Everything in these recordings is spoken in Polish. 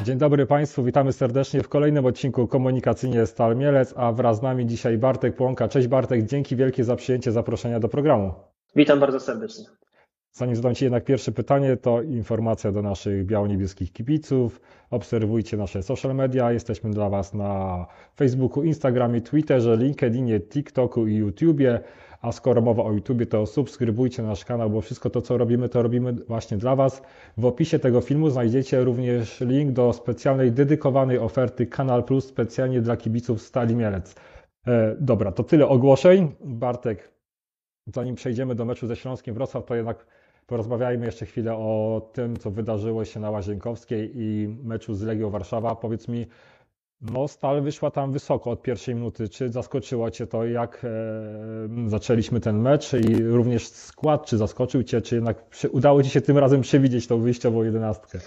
Dzień dobry Państwu, witamy serdecznie w kolejnym odcinku Komunikacyjnie Stal Mielec, a wraz z nami dzisiaj Bartek Płonka. Cześć Bartek, dzięki wielkie za przyjęcie zaproszenia do programu. Witam bardzo serdecznie. Zanim zadam Ci jednak pierwsze pytanie, to informacja do naszych biało-niebieskich kibiców. Obserwujcie nasze social media, jesteśmy dla Was na Facebooku, Instagramie, Twitterze, LinkedInie, TikToku i YouTubie. A skoro mowa o YouTubie, to subskrybujcie nasz kanał, bo wszystko to, co robimy, to robimy właśnie dla Was. W opisie tego filmu znajdziecie również link do specjalnej, dedykowanej oferty Kanal Plus specjalnie dla kibiców Stali Mielec. Dobra, to tyle ogłoszeń. Bartek, zanim przejdziemy do meczu ze Śląskiem Wrocław, to jednak porozmawiajmy jeszcze chwilę o tym, co wydarzyło się na Łazienkowskiej i meczu z Legią Warszawa. Powiedz mi, Stal wyszła tam wysoko od pierwszej minuty. Czy zaskoczyło Cię to, jak zaczęliśmy ten mecz i również skład, czy zaskoczył Cię, czy jednak udało Ci się tym razem przewidzieć tą wyjściową jedenastkę?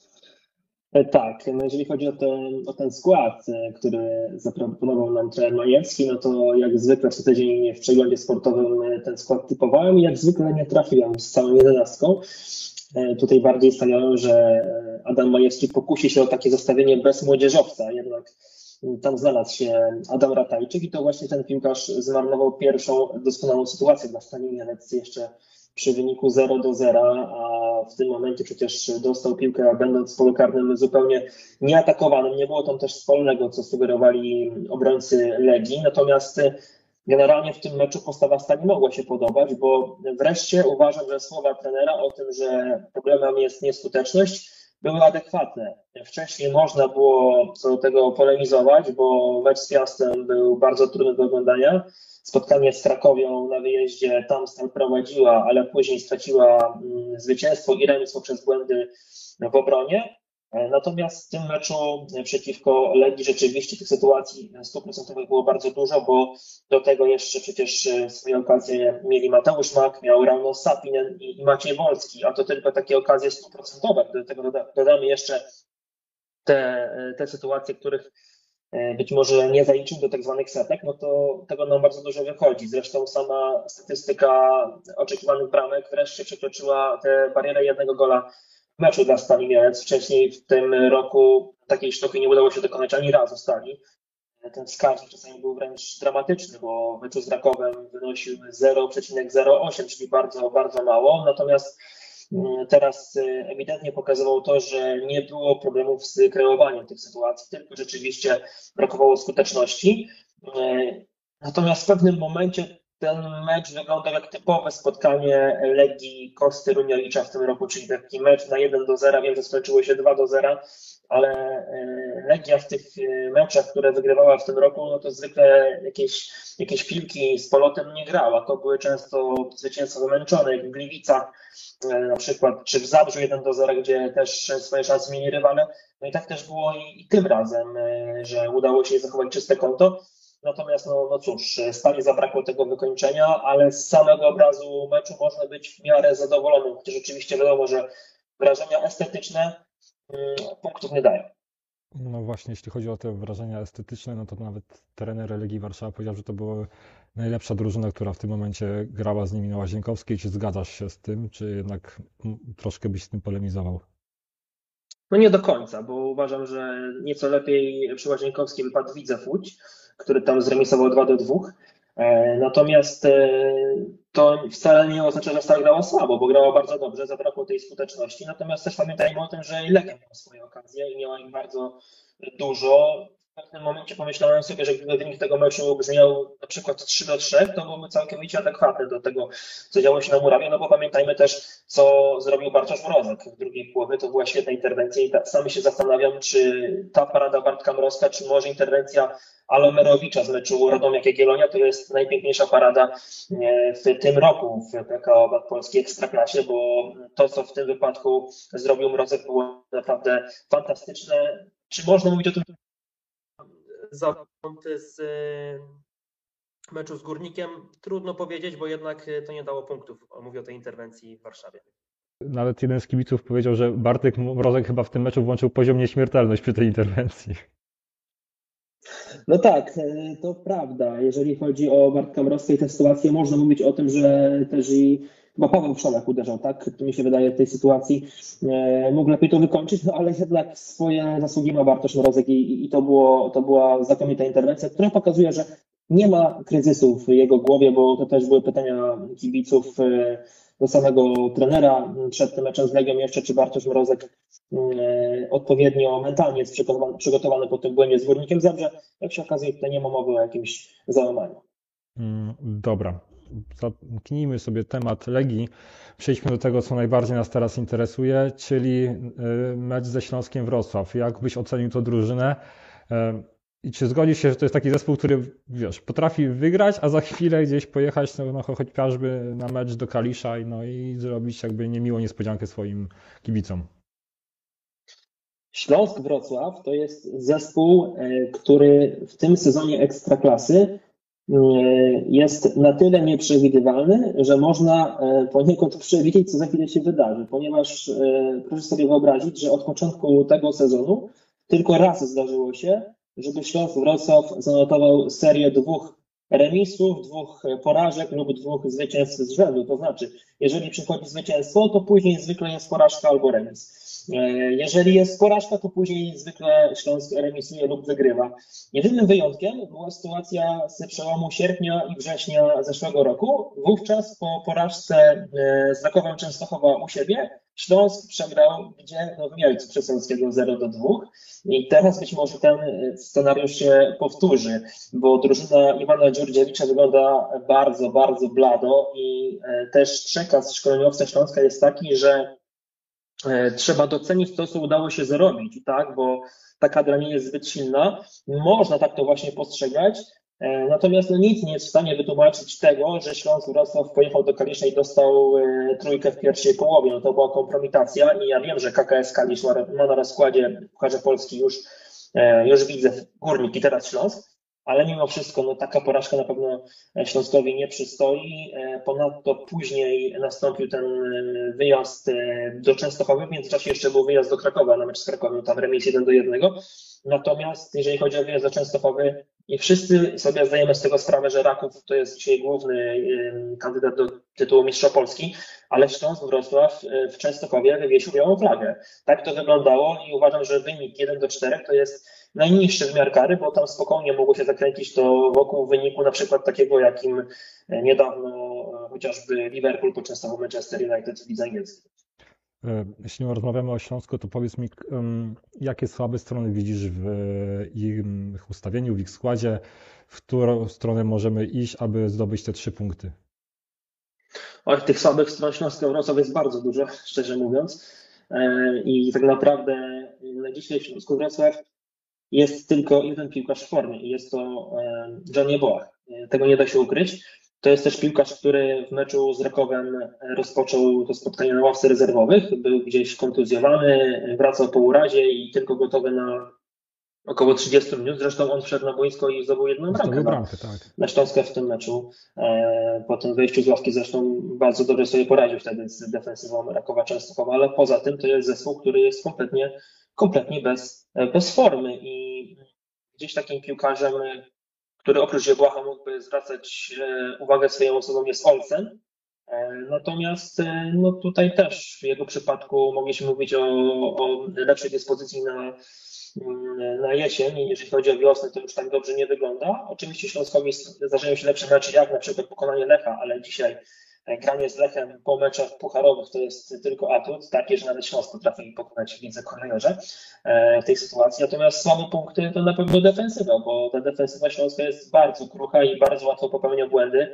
Tak, no jeżeli chodzi o ten skład, który zaproponował nam trener Majewski, no to jak zwykle co tydzień w przeglądzie sportowym ten skład typowałem i jak zwykle nie trafiłem z całą jedenastką. Tutaj bardziej stawiałem, że Adam Majewski pokusi się o takie zestawienie bez młodzieżowca, jednak tam znalazł się Adam Ratajczyk i to właśnie ten piłkarz zmarnował pierwszą doskonałą sytuację dla Stali Mielec jeszcze przy wyniku 0-0, a w tym momencie przecież dostał piłkę, będąc w polu karnym zupełnie nieatakowanym. Nie było tam też wspólnego, co sugerowali obrońcy Legii. Natomiast generalnie w tym meczu postawa Stali mogła się podobać, bo wreszcie uważam, że słowa trenera o tym, że problemem jest nieskuteczność, były adekwatne. Wcześniej można było co do tego polemizować, bo mecz z Piastem był bardzo trudny do oglądania. Spotkanie z Krakowią na wyjeździe tam Stal prowadziła, ale później straciła zwycięstwo i remis poprzez błędy w obronie. Natomiast w tym meczu przeciwko Legii rzeczywiście tych sytuacji 100% było bardzo dużo, bo do tego jeszcze przecież swoje okazje mieli Mateusz Mak, miał Rauno Sapinen i Maciej Wolski, a to tylko takie okazje 100%. Do tego dodamy jeszcze te sytuacje, których być może nie zaliczył do tak zwanych setek, no to tego nam bardzo dużo wychodzi. Zresztą sama statystyka oczekiwanych bramek wreszcie przekroczyła tę barierę jednego gola w meczu dla Stali Mielec. Wcześniej w tym roku takiej sztuki nie udało się dokonać ani razu Stali. Ten wskaźnik czasami był wręcz dramatyczny, bo w meczu z Rakowem wynosił 0,08, czyli bardzo, bardzo mało. Natomiast teraz ewidentnie pokazywał to, że nie było problemów z kreowaniem tych sytuacji, tylko rzeczywiście brakowało skuteczności. Natomiast w pewnym momencie ten mecz wyglądał jak typowe spotkanie Legii Kosty Rumiowicza w tym roku, czyli taki mecz na 1-0. Wiem, że skończyło się 2-0, ale Legia w tych meczach, które wygrywała w tym roku, no to zwykle jakieś piłki z polotem nie grała. To były często zwycięstwa wymęczone, jak w Gliwicach na przykład, czy w Zabrzu 1-0, gdzie też swoje szanse mieli rywale. No i tak też było i tym razem, że udało się zachować czyste konto. Natomiast no cóż, Stali zabrakło tego wykończenia, ale z samego obrazu meczu można być w miarę zadowolonym, chociaż oczywiście wiadomo, że wrażenia estetyczne punktów nie dają. No właśnie, jeśli chodzi o te wrażenia estetyczne, no to nawet trener Legii Warszawa powiedział, że to była najlepsza drużyna, która w tym momencie grała z nimi na Łazienkowskiej. Czy zgadzasz się z tym, czy jednak troszkę byś z tym polemizował? No nie do końca, bo uważam, że nieco lepiej przy Łazienkowskiej wypadł Widzew Łódź, który tam zremisował 2-2. Natomiast to wcale nie oznacza, że Stal grała słabo, bo grała bardzo dobrze, zabrakło tej skuteczności. Natomiast też pamiętajmy o tym, że i Legia miała swoje okazje i miała ich bardzo dużo. W pewnym momencie pomyślałem sobie, że gdyby wynik tego meczu brzmiał na przykład 3-3, to byłby całkowicie adekwatny do tego, co działo się na Murawie, no bo pamiętajmy też, co zrobił Bartosz Mrozek w drugiej połowie. To była świetna interwencja i sam się zastanawiam, czy ta parada Bartka Mrozka, czy może interwencja Alomerowicza z meczu Radomiak-Jagiellonia to jest najpiękniejsza parada w tym roku w PKO Bank Polski Ekstraklasie, bo to, co w tym wypadku zrobił Mrozek, było naprawdę fantastyczne. Czy można mówić o tym zapęd z meczu z Górnikiem? Trudno powiedzieć, bo jednak to nie dało punktów. Mówię o tej interwencji w Warszawie. Nawet jeden z kibiców powiedział, że Bartek Mrozek chyba w tym meczu włączył poziom nieśmiertelność przy tej interwencji. No tak, to prawda. Jeżeli chodzi o Bartka Mrozka i tę sytuację, można mówić o tym, że też i bo Paweł Wszołek uderzał, tak? To mi się wydaje w tej sytuacji mógł lepiej to wykończyć, no ale jednak swoje zasługi ma Bartosz Mrozek i to była znakomita interwencja, która pokazuje, że nie ma kryzysu w jego głowie, bo to też były pytania kibiców do samego trenera przed tym meczem z Legią jeszcze, czy Bartosz Mrozek odpowiednio mentalnie jest przygotowany po tym błędzie z Górnikiem Zabrze. Jak się okazuje, tutaj nie ma mowy o jakimś załamaniu. Dobra, zamknijmy sobie temat Legii. Przejdźmy do tego, co najbardziej nas teraz interesuje, czyli mecz ze Śląskiem Wrocław. Jak byś ocenił tę drużynę? I czy zgodzisz się, że to jest taki zespół, który, wiesz, potrafi wygrać, a za chwilę gdzieś pojechać chociażby na mecz do Kalisza i zrobić jakby niemiłą niespodziankę swoim kibicom? Śląsk Wrocław to jest zespół, który w tym sezonie Ekstraklasy jest na tyle nieprzewidywalny, że można poniekąd przewidzieć, co za chwilę się wydarzy, ponieważ proszę sobie wyobrazić, że od początku tego sezonu tylko raz zdarzyło się, żeby Śląsk Wrocław zanotował serię 2 remisów, 2 porażek lub 2 zwycięstw z rzędu. To znaczy, jeżeli przychodzi zwycięstwo, to później zwykle jest porażka albo remis. Jeżeli jest porażka, to później zwykle Śląsk remisuje lub wygrywa. Jedynym wyjątkiem była sytuacja z przełomu sierpnia i września zeszłego roku. Wówczas po porażce z Rakowem Częstochowa u siebie Śląsk przegrał gdzie? No w Mielcu Przesąckiego 0-2. I teraz być może ten scenariusz się powtórzy, bo drużyna Iwana Dziurdziewicza wygląda bardzo, bardzo blado i też przekaz szkoleniowca Śląska jest taki, że trzeba docenić to, co udało się zarobić, tak? Bo ta kadra nie jest zbyt silna. Można tak to właśnie postrzegać. Natomiast nic nie jest w stanie wytłumaczyć tego, że Śląsk Wrocław pojechał do Kalisza i dostał trójkę w pierwszej połowie. No to była kompromitacja i ja wiem, że KKS Kalisz ma na rozkładzie w Pucharze Polski już widzę Górnik i teraz Śląsk. Ale mimo wszystko no, taka porażka na pewno Śląskowi nie przystoi. Ponadto później nastąpił ten wyjazd do Częstochowy, w międzyczasie jeszcze był wyjazd do Krakowa na mecz z Krakowem, tam remis 1-1. Natomiast jeżeli chodzi o wyjazd do Częstochowy, i wszyscy sobie zdajemy z tego sprawę, że Raków to jest dzisiaj główny kandydat do tytułu Mistrza Polski, ale Śląsk Wrocław w Częstochowie wywiesił białą flagę. Tak to wyglądało i uważam, że wynik 1-4 to jest najniższy wymiar kary, bo tam spokojnie mogło się zakręcić to wokół wyniku na przykład takiego, jakim niedawno chociażby Liverpool poczęstował Manchester United w lidze angielskiej. Jeśli rozmawiamy o Śląsku, to powiedz mi, jakie słabe strony widzisz w ich ustawieniu, w ich składzie, w którą stronę możemy iść, aby zdobyć te 3 punkty? Tych słabych stron Śląska Wrocław jest bardzo dużo, szczerze mówiąc. I tak naprawdę na dzisiaj w Śląsku Wrocław jest tylko jeden piłkarz w formie i jest to Johnny Boach. Tego nie da się ukryć. To jest też piłkarz, który w meczu z Rakowem rozpoczął to spotkanie na ławce rezerwowych. Był gdzieś kontuzjowany, wracał po urazie i tylko gotowy na około 30 minut. Zresztą on wszedł na boisko i zdobył jedną bramkę tak. na Śląskę w tym meczu. Po tym wejściu z ławki zresztą bardzo dobrze sobie poradził wtedy z defensywą Rakowa Częstochowa, ale poza tym to jest zespół, który jest kompletnie bez formy i gdzieś takim piłkarzem, który oprócz Jebłacha mógłby zwracać uwagę swoją osobą jest Olsen. Natomiast no tutaj też w jego przypadku mogliśmy mówić o lepszej dyspozycji na jesień. Jeżeli chodzi o wiosnę, to już tak dobrze nie wygląda. Oczywiście Śląskowi zdarzają się lepsze mecze, jak na przykład pokonanie Lecha, ale dzisiaj granie z Lechem po meczach pucharowych to jest tylko atut, taki, że nawet Śląsk potrafi pokonać w lidze kolejorze w tej sytuacji. Natomiast słabe punkty to na pewno defensywa, bo ta defensywa Śląska jest bardzo krucha i bardzo łatwo popełnia błędy.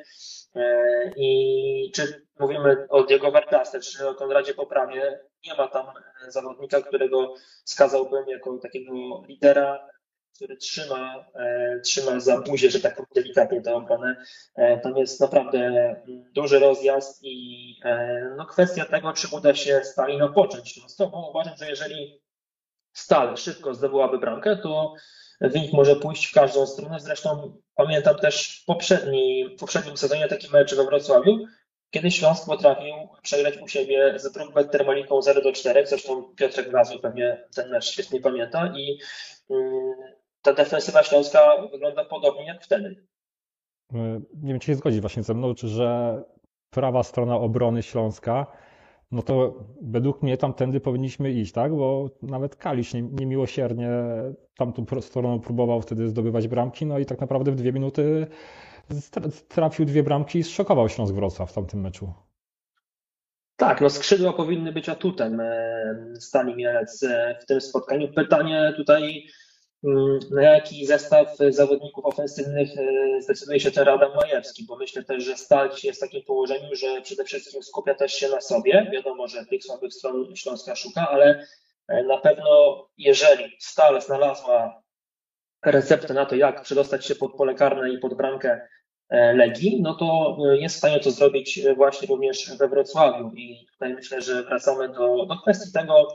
I czy mówimy o Diego Vargasce, czy o Konradzie Poprawie, nie ma tam zawodnika, którego wskazałbym jako takiego lidera, który trzyma za buzię, że tak powiem delikatnie tę obronę. Tam jest naprawdę duży rozjazd i no, kwestia tego, czy uda się Stali napocząć. Bo uważam, że jeżeli Stal szybko zdobyłaby bramkę, to wynik może pójść w każdą stronę. Zresztą pamiętam też w poprzednim sezonie taki mecz we Wrocławiu, kiedy Śląsk potrafił przegrać u siebie z Brookbet Termaliką 0-4. Zresztą Piotrek Wrazów pewnie ten mecz świetnie pamięta i ta defensywa Śląska wygląda podobnie jak wtedy. Nie wiem, czy się zgodzisz właśnie ze mną, że prawa strona obrony Śląska, no to według mnie tamtędy powinniśmy iść, tak? Bo nawet Kalisz niemiłosiernie tamtą stroną próbował wtedy zdobywać bramki, no i tak naprawdę w 2 minuty trafił 2 bramki i zszokował Śląsk Wrocław w tamtym meczu. Tak, no skrzydła powinny być atutem Stali Mielec w tym spotkaniu. Pytanie tutaj, na jaki zestaw zawodników ofensywnych zdecyduje się teraz Adam Majewski, bo myślę też, że Stal dzisiaj jest w takim położeniu, że przede wszystkim skupia też się na sobie. Wiadomo, że tych słabych stron Śląska szuka, ale na pewno jeżeli Stal znalazła receptę na to, jak przedostać się pod pole karne i pod bramkę Legii, no to jest w stanie to zrobić właśnie również we Wrocławiu. I tutaj myślę, że wracamy do kwestii tego,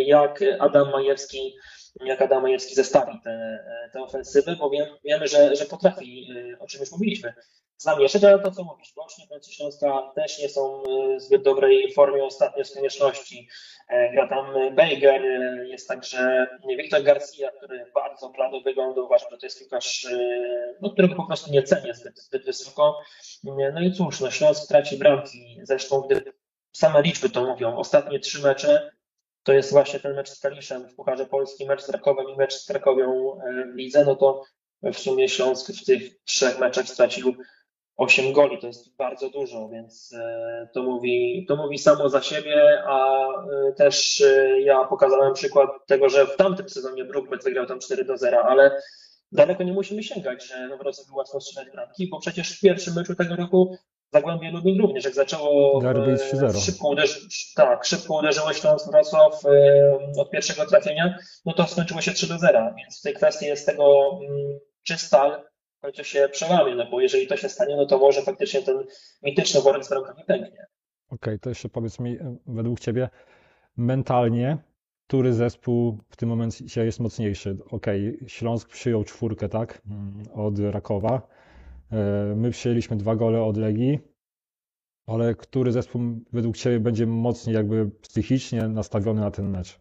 jak Adam Majewski zestawi te ofensywy, bo wiemy, że potrafi, o czym już mówiliśmy, zamieszać, ale to co mówisz, bocznie końcy Śląska też nie są w zbyt dobrej formie ostatnio z konieczności. Gra tam Bejger, jest także Wiktor Garcia, który bardzo blado wygląda. Uważam, że to jest piłkarz, no, którego po prostu nie cenię zbyt wysoko. No i cóż, no Śląsk traci bramki. Zresztą, gdy same liczby to mówią, ostatnie 3 mecze to jest właśnie ten mecz z Kaliszem w Pucharze Polskim, mecz z Rakowem i mecz z Krakowią w lidze, no to w sumie Śląsk w tych 3 meczach stracił 8 goli, to jest bardzo dużo, więc to mówi samo za siebie, a też ja pokazałem przykład tego, że w tamtym sezonie Brookbet wygrał tam 4-0, ale daleko nie musimy sięgać, że no Wrocław łatwo strzelać bramki, bo przecież w pierwszym meczu tego roku Zagłębie Lubin również, jak zaczęło Derby 3-0. szybko uderzyło Śląsk Wrocław od pierwszego trafienia, no to skończyło się 3-0, więc w tej kwestii jest tego, czy Stal w końcu się przełamie, no bo jeżeli to się stanie, no to może faktycznie ten mityczny worek z bramkami pęknie. Okej, to jeszcze powiedz mi, według Ciebie mentalnie, który zespół w tym momencie jest mocniejszy? Okej, Śląsk przyjął 4, tak, od Rakowa. My przyjęliśmy 2 gole od Legii, ale który zespół według Ciebie będzie mocniej jakby psychicznie nastawiony na ten mecz?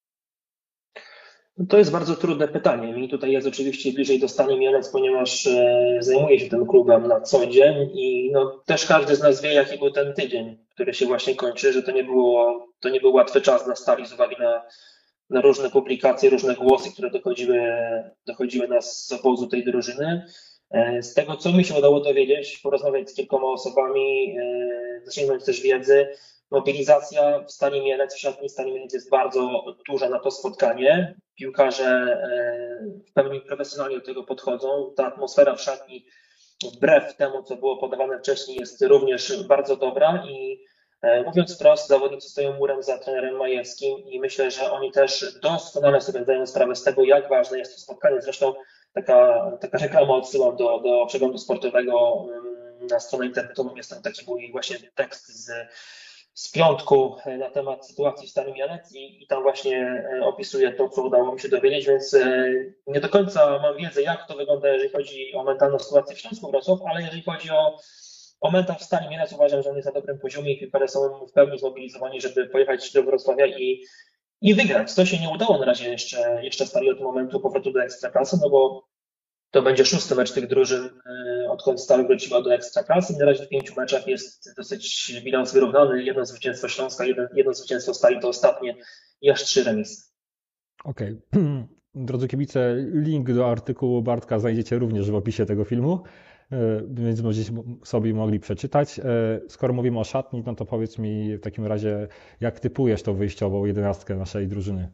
No to jest bardzo trudne pytanie. Mi tutaj jest oczywiście bliżej do Stali Mielec, ponieważ zajmuję się tym klubem na co dzień i no, też każdy z nas wie, jaki był ten tydzień, który się właśnie kończy, że to nie był łatwy czas dla Stali z uwagi na różne publikacje, różne głosy, które dochodziły nas z obozu tej drużyny. Z tego, co mi się udało dowiedzieć, porozmawiać z kilkoma osobami, zasięgnąć też wiedzy, mobilizacja w Stali Mielec, w szatni Stali Mielec jest bardzo duża na to spotkanie. Piłkarze w pełni profesjonalnie do tego podchodzą. Ta atmosfera w szatni, wbrew temu, co było podawane wcześniej, jest również bardzo dobra i mówiąc wprost, zawodnicy stoją murem za trenerem Majewskim i myślę, że oni też doskonale sobie zdają sprawę z tego, jak ważne jest to spotkanie. Zresztą taka reklama, odsyłam do przeglądu sportowego na stronę internetową, jest tam taki mój właśnie tekst z piątku na temat sytuacji w Stali Mielec i tam właśnie opisuję to, co udało mi się dowiedzieć, więc nie do końca mam wiedzę, jak to wygląda, jeżeli chodzi o mentalną sytuację w Śląsku Wrocław, ale jeżeli chodzi o mental w Stali Mielec, uważam, że on jest na dobrym poziomie i piłkarze są w pełni zmobilizowani, żeby pojechać do Wrocławia i wygrać. To się nie udało na razie jeszcze Stali od momentu powrotu do Ekstraklasy, no bo to będzie 6. mecz tych drużyn, odkąd Stal wróciła do Ekstraklasy. Na razie w 5 meczach jest dosyć bilans wyrównany. Jedno zwycięstwo Śląska, jedno zwycięstwo Stali to ostatnie i aż 3 remisy. Okej. Drodzy kibice, link do artykułu Bartka znajdziecie również w opisie tego filmu, więc będziecie sobie mogli przeczytać. Skoro mówimy o szatni, no to powiedz mi w takim razie, jak typujesz tą wyjściową 11 naszej drużyny?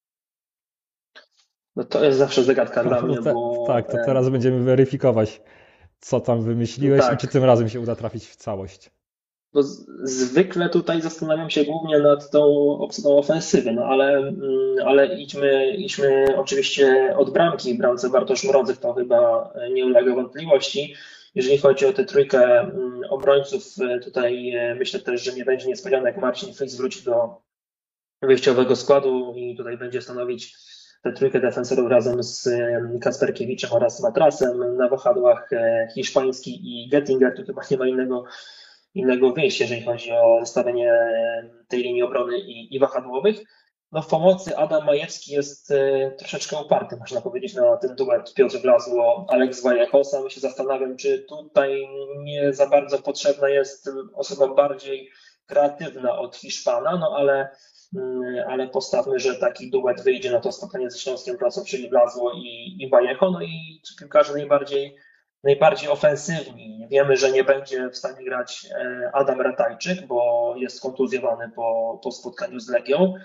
No to jest zawsze zagadka dla mnie, bo... Tak, to teraz będziemy weryfikować, co tam wymyśliłeś i czy tym razem się uda trafić w całość. Bo zwykle tutaj zastanawiam się głównie nad tą ofensywę, no ale idźmy oczywiście od bramki. W bramce Bartosz Mrodzyk to chyba nie ulega wątpliwości. Jeżeli chodzi o tę trójkę obrońców, tutaj myślę też, że nie będzie niespodzianek. Marcin Fris wróci do wyjściowego składu i tutaj będzie stanowić tę trójkę defensorów razem z Kasperkiewiczem oraz Matrasem. Na wahadłach Hiszpański i Gettinger, tu chyba nie ma innego wyjścia, jeżeli chodzi o zestawienie tej linii obrony i wahadłowych. no w pomocy Adam Majewski jest troszeczkę uparty, można powiedzieć, na ten duet Piotr Wlazło, Alex Vallejo. Sam się zastanawiam, czy tutaj nie za bardzo potrzebna jest osoba bardziej kreatywna od Hiszpana, no ale postawmy, że taki duet wyjdzie na to spotkanie ze Śląskiem Wrocław, czyli Wlazło i Vallejo, no i piłkarze najbardziej ofensywni. Wiemy, że nie będzie w stanie grać Adam Ratajczyk, bo jest kontuzjowany po spotkaniu z Legią.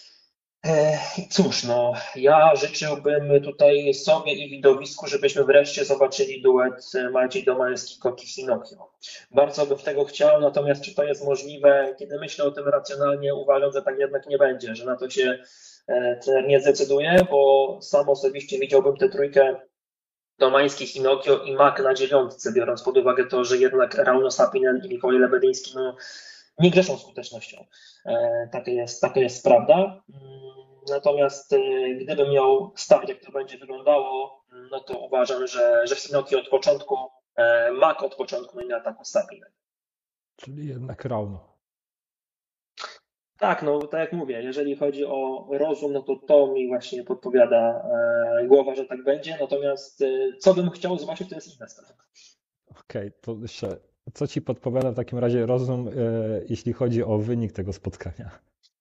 Cóż, no, ja życzyłbym tutaj sobie i widowisku, żebyśmy wreszcie zobaczyli duet Maciej Domański-Kokis Inokio. Bardzo bym tego chciał, natomiast czy to jest możliwe? Kiedy myślę o tym racjonalnie, uważam, że tak jednak nie będzie, że na to się trener nie zdecyduje, bo sam osobiście widziałbym tę trójkę Domańskich, Inokio i Mak na 9, biorąc pod uwagę to, że jednak Rauno Sapinen i Mikołaj Lebedyński no, nie grzeszą skutecznością. Taka jest prawda. Natomiast gdybym miał stawić, jak to będzie wyglądało, no to uważam, że Inokio od początku, Mak od początku, no i na ataku Sapinen. Czyli jednak Rauno. Tak, no tak jak mówię, jeżeli chodzi o rozum, no to mi właśnie podpowiada głowa, że tak będzie, natomiast co bym chciał zobaczyć, to jest inna strona. Okej, to jeszcze, co ci podpowiada w takim razie rozum, jeśli chodzi o wynik tego spotkania?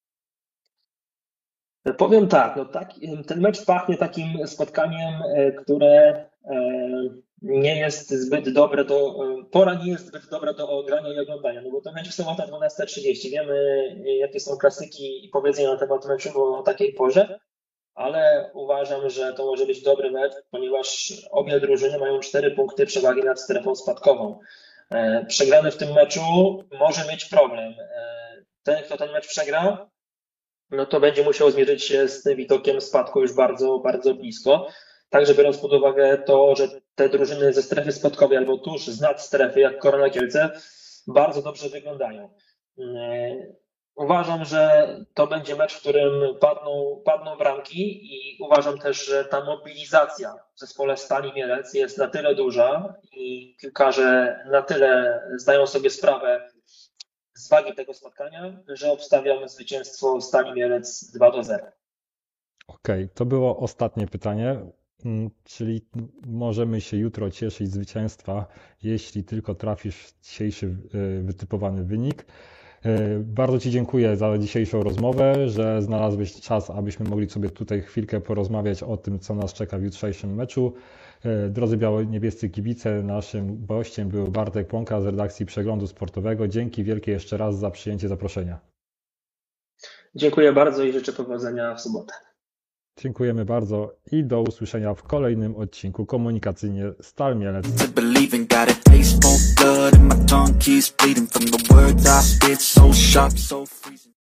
Powiem tak, no tak, ten mecz pachnie takim spotkaniem, które nie jest zbyt dobre pora nie jest zbyt dobra do ogrania i oglądania, no bo to będzie sobota 12:30. Wiemy, jakie są klasyki i powiedzenia na temat meczu o takiej porze, ale uważam, że to może być dobry mecz, ponieważ obie drużyny mają 4 punkty przewagi nad strefą spadkową. Przegrany w tym meczu może mieć problem. Ten, kto ten mecz przegra, no to będzie musiał zmierzyć się z tym widokiem spadku już bardzo, bardzo blisko. Także biorąc pod uwagę to, że te drużyny ze strefy spadkowej albo tuż z nad strefy, jak Korona Kielce, bardzo dobrze wyglądają. Uważam, że to będzie mecz, w którym padną bramki i uważam też, że ta mobilizacja w zespole Stali Mielec jest na tyle duża i piłkarze na tyle zdają sobie sprawę z wagi tego spotkania, że obstawiam zwycięstwo Stali Mielec 2-0. Okej, to było ostatnie pytanie, czyli możemy się jutro cieszyć z zwycięstwa, jeśli tylko trafisz dzisiejszy wytypowany wynik. Bardzo ci dziękuję za dzisiejszą rozmowę, że znalazłeś czas, abyśmy mogli sobie tutaj chwilkę porozmawiać o tym, co nas czeka w jutrzejszym meczu. Drodzy biało-niebiescy kibice, naszym gościem był Bartek Płonka z redakcji Przeglądu Sportowego. Dzięki wielkie jeszcze raz za przyjęcie zaproszenia. Dziękuję bardzo i życzę powodzenia w sobotę. Dziękujemy bardzo i do usłyszenia w kolejnym odcinku Komunikacyjnie Stal Mielec.